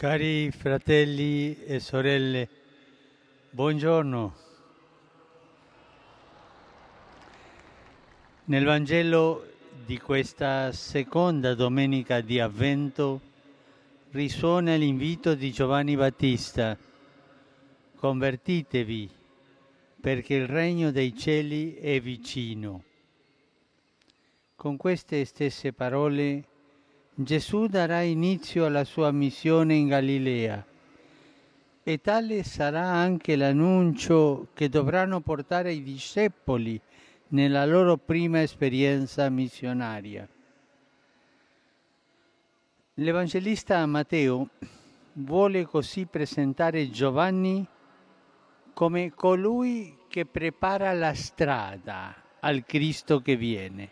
Cari fratelli e sorelle, buongiorno. Nel Vangelo di questa seconda domenica di Avvento risuona l'invito di Giovanni Battista: convertitevi, perché il regno dei cieli è vicino. Con queste stesse parole Gesù darà inizio alla sua missione in Galilea e tale sarà anche l'annuncio che dovranno portare i discepoli nella loro prima esperienza missionaria. L'Evangelista Matteo vuole così presentare Giovanni come colui che prepara la strada al Cristo che viene.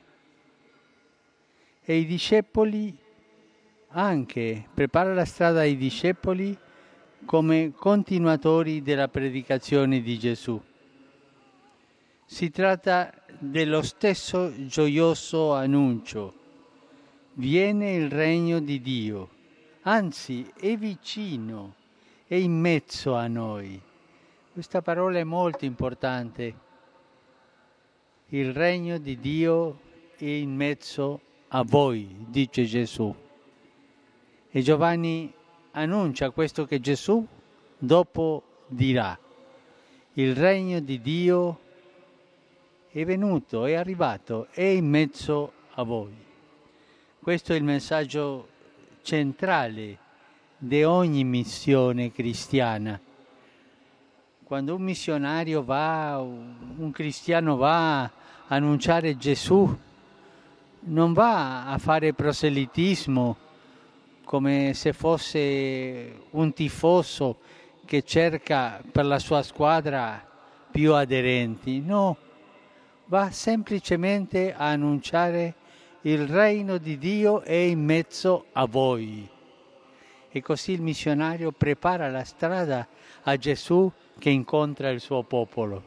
E i discepoli anche prepara la strada ai discepoli come continuatori della predicazione di Gesù. Si tratta dello stesso gioioso annuncio: viene il regno di Dio, anzi è vicino, è in mezzo a noi. Questa parola è molto importante. Il regno di Dio è in mezzo a voi, dice Gesù. E Giovanni annuncia questo che Gesù dopo dirà: il regno di Dio è venuto, è arrivato, è in mezzo a voi. Questo è il messaggio centrale di ogni missione cristiana. Quando un missionario un cristiano va a annunciare Gesù, non va a fare proselitismo come se fosse un tifoso che cerca per la sua squadra più aderenti. No, va semplicemente a annunciare: il regno di Dio è in mezzo a voi. E così il missionario prepara la strada a Gesù che incontra il suo popolo.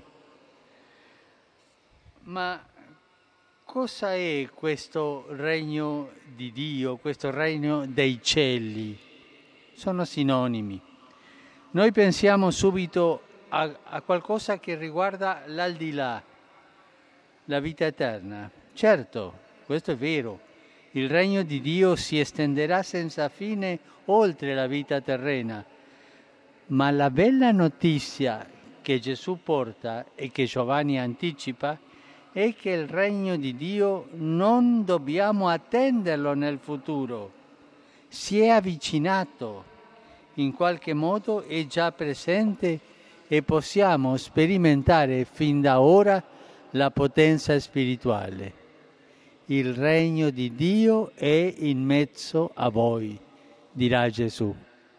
Ma cosa è questo regno di Dio, questo regno dei cieli? Sono sinonimi. Noi pensiamo subito a qualcosa che riguarda l'aldilà, la vita eterna. Certo, questo è vero. Il regno di Dio si estenderà senza fine oltre la vita terrena. Ma la bella notizia che Gesù porta e che Giovanni anticipa è che il regno di Dio non dobbiamo attenderlo nel futuro. Si è avvicinato, in qualche modo è già presente e possiamo sperimentare fin da ora la potenza spirituale. Il regno di Dio è in mezzo a voi, dirà Gesù.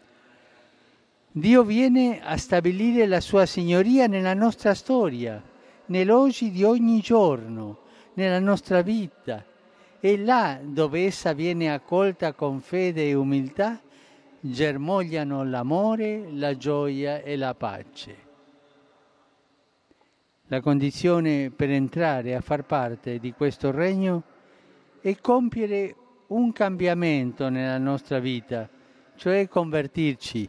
Dio viene a stabilire la sua signoria nella nostra storia, nell'oggi di ogni giorno, nella nostra vita. E là dove essa viene accolta con fede e umiltà, germogliano l'amore, la gioia e la pace. La condizione per entrare a far parte di questo regno è compiere un cambiamento nella nostra vita, cioè convertirci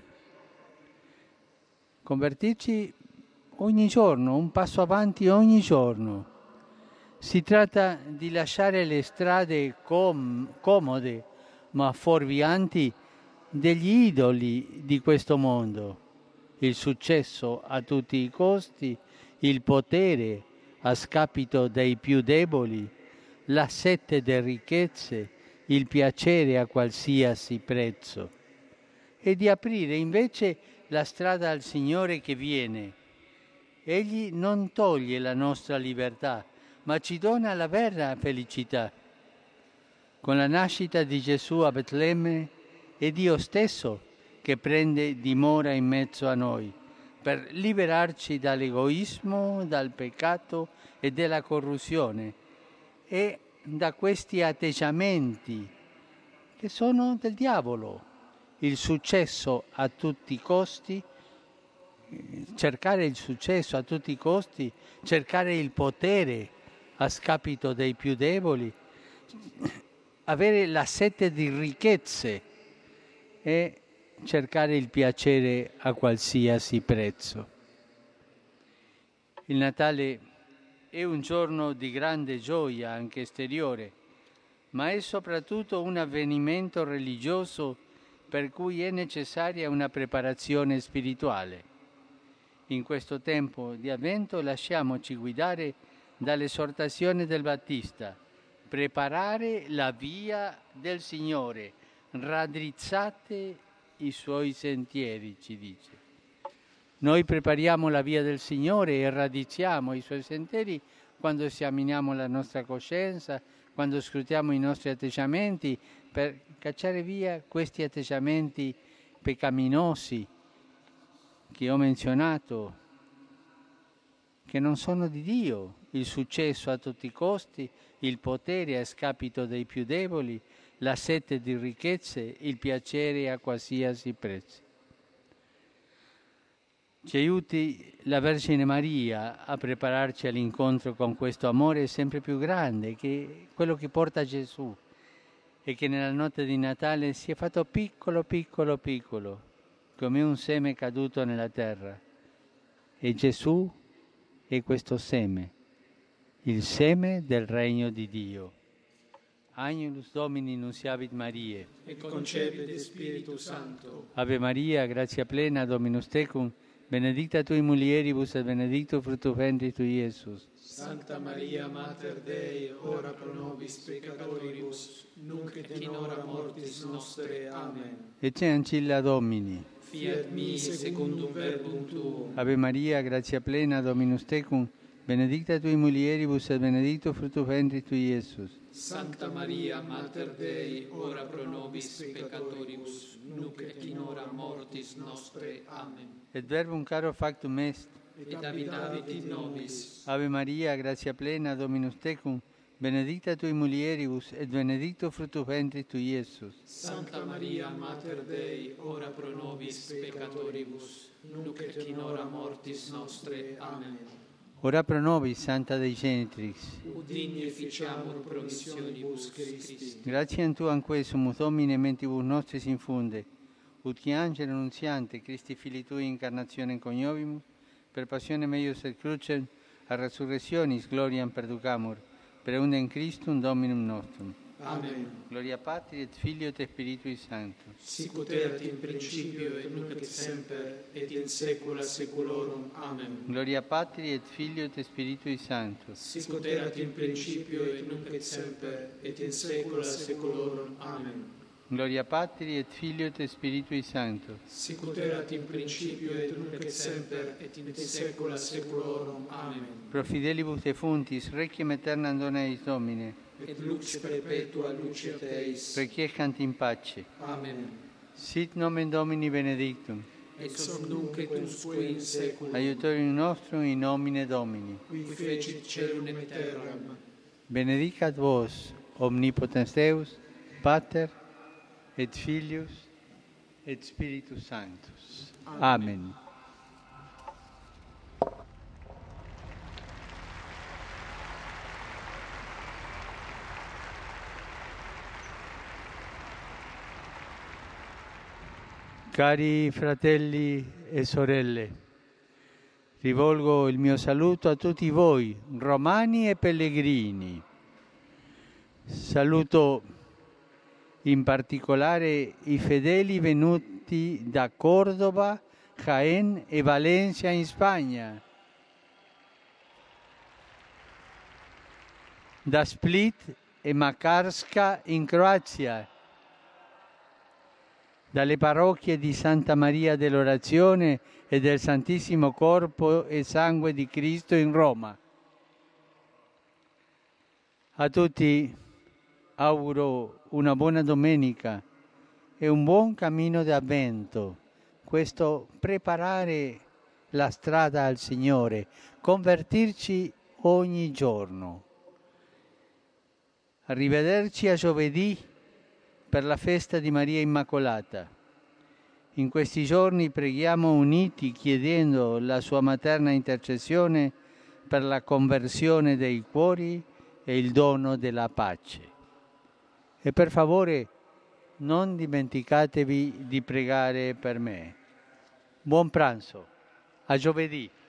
ogni giorno, un passo avanti ogni giorno. Si tratta di lasciare le strade comode ma fuorvianti degli idoli di questo mondo, il successo a tutti i costi, il potere a scapito dei più deboli, la sete di ricchezze, il piacere a qualsiasi prezzo, e di aprire invece la strada al Signore che viene. Egli non toglie la nostra libertà, ma ci dona la vera felicità. Con la nascita di Gesù a Betlemme è Dio stesso che prende dimora in mezzo a noi per liberarci dall'egoismo, dal peccato e dalla corruzione e da questi atteggiamenti che sono del diavolo. Il successo a tutti i costi, cercare il successo a tutti i costi, cercare il potere a scapito dei più deboli, avere la sete di ricchezze e cercare il piacere a qualsiasi prezzo. Il Natale è un giorno di grande gioia anche esteriore, ma è soprattutto un avvenimento religioso per cui è necessaria una preparazione spirituale. In questo tempo di Avvento lasciamoci guidare dall'esortazione del Battista: preparare la via del Signore, raddrizzate i suoi sentieri, ci dice. Noi prepariamo la via del Signore e raddrizziamo i suoi sentieri quando esaminiamo la nostra coscienza, quando scrutiamo i nostri atteggiamenti, per cacciare via questi atteggiamenti peccaminosi che ho menzionato, che non sono di Dio: il successo a tutti i costi, il potere a scapito dei più deboli, la sete di ricchezze, il piacere a qualsiasi prezzo. Ci aiuti la Vergine Maria a prepararci all'incontro con questo amore sempre più grande, che è quello che porta Gesù e che nella notte di Natale si è fatto piccolo, piccolo, piccolo, come un seme caduto nella terra. E Gesù è questo seme, il seme del regno di Dio. Agnus Domini nunciavit Mariae. E concepit Spiritus Sancto. Ave Maria, gratia plena, Dominus tecum, benedicta tui mulieribus et benedictus fructus ventris tui, Iesus. Sancta Maria, Mater Dei, ora pro nobis peccatoribus, nunc et in hora mortis nostre. Amen. Ecce ancilla Domini. Fiat mi secundum verbum tuum. Ave Maria, gratia plena, Dominus tecum, benedicta tui mulieribus et benedictus fructus ventris tui, Iesus. Sancta Maria, Mater Dei, ora pro nobis peccatoribus, nunc et in hora mortis nostre. Amen. Et verbum caro factum est. Et habitavit in nobis. Ave Maria, gratia plena, Dominus tecum, benedicta tui mulieribus et benedictus fructus ventris tui, Iesus. Sancta Maria, Mater Dei, ora pro nobis peccatoribus, nunc et in hora mortis nostre. Amen. Ora pro nobis, Santa Dei Genitrix. Ut digni ficiamur promissionibus Christi. Gratiam Tuam quesumus, Domine, mentibus nostris infunde, ut qui angelo nunziante, Christi Filii Tui, incarnationem coniovimus, per passionem eius et crucem, a resurrectionis gloriam perducamur, per undem Christum Dominum nostrum. Amen. Gloria Patri et Filio et Spiritui Sancto. Sic ut erat in principio et nunc et semper et in saecula saeculorum. Amen. Gloria Patri et Filio et Spiritui Sancto. Sic ut erat in principio et nunc et semper et in saecula saeculorum. Amen. Gloria Patri et Filio et Spiritui Sancto. Sic ut erat in principio et nunc et semper et in saecula saeculorum. Amen. Pro fidelibus defuntis, requiem aeternam dona eis Domine. Et lux perpetua luce Teis. Requiescant in pace. Amen. Sit nomen Domini benedictum. Ex hoc nunc et usque in saeculum. Aiutorium nostrum in nomine Domini. Qui fecit caelum et terram. Benedicat vos, omnipotens Deus, Pater, et Filius, et Spiritus Sanctus. Amen. Cari fratelli e sorelle, rivolgo il mio saluto a tutti voi, romani e pellegrini. Saluto in particolare i fedeli venuti da Cordova, Jaén e Valencia in Spagna, da Split e Makarska in Croazia, dalle parrocchie di Santa Maria dell'Orazione e del Santissimo Corpo e Sangue di Cristo in Roma. A tutti auguro una buona domenica e un buon cammino d'Avvento, questo preparare la strada al Signore, convertirci ogni giorno. Arrivederci a giovedì per la festa di Maria Immacolata. In questi giorni preghiamo uniti chiedendo la sua materna intercessione per la conversione dei cuori e il dono della pace. E per favore non dimenticatevi di pregare per me. Buon pranzo, a giovedì.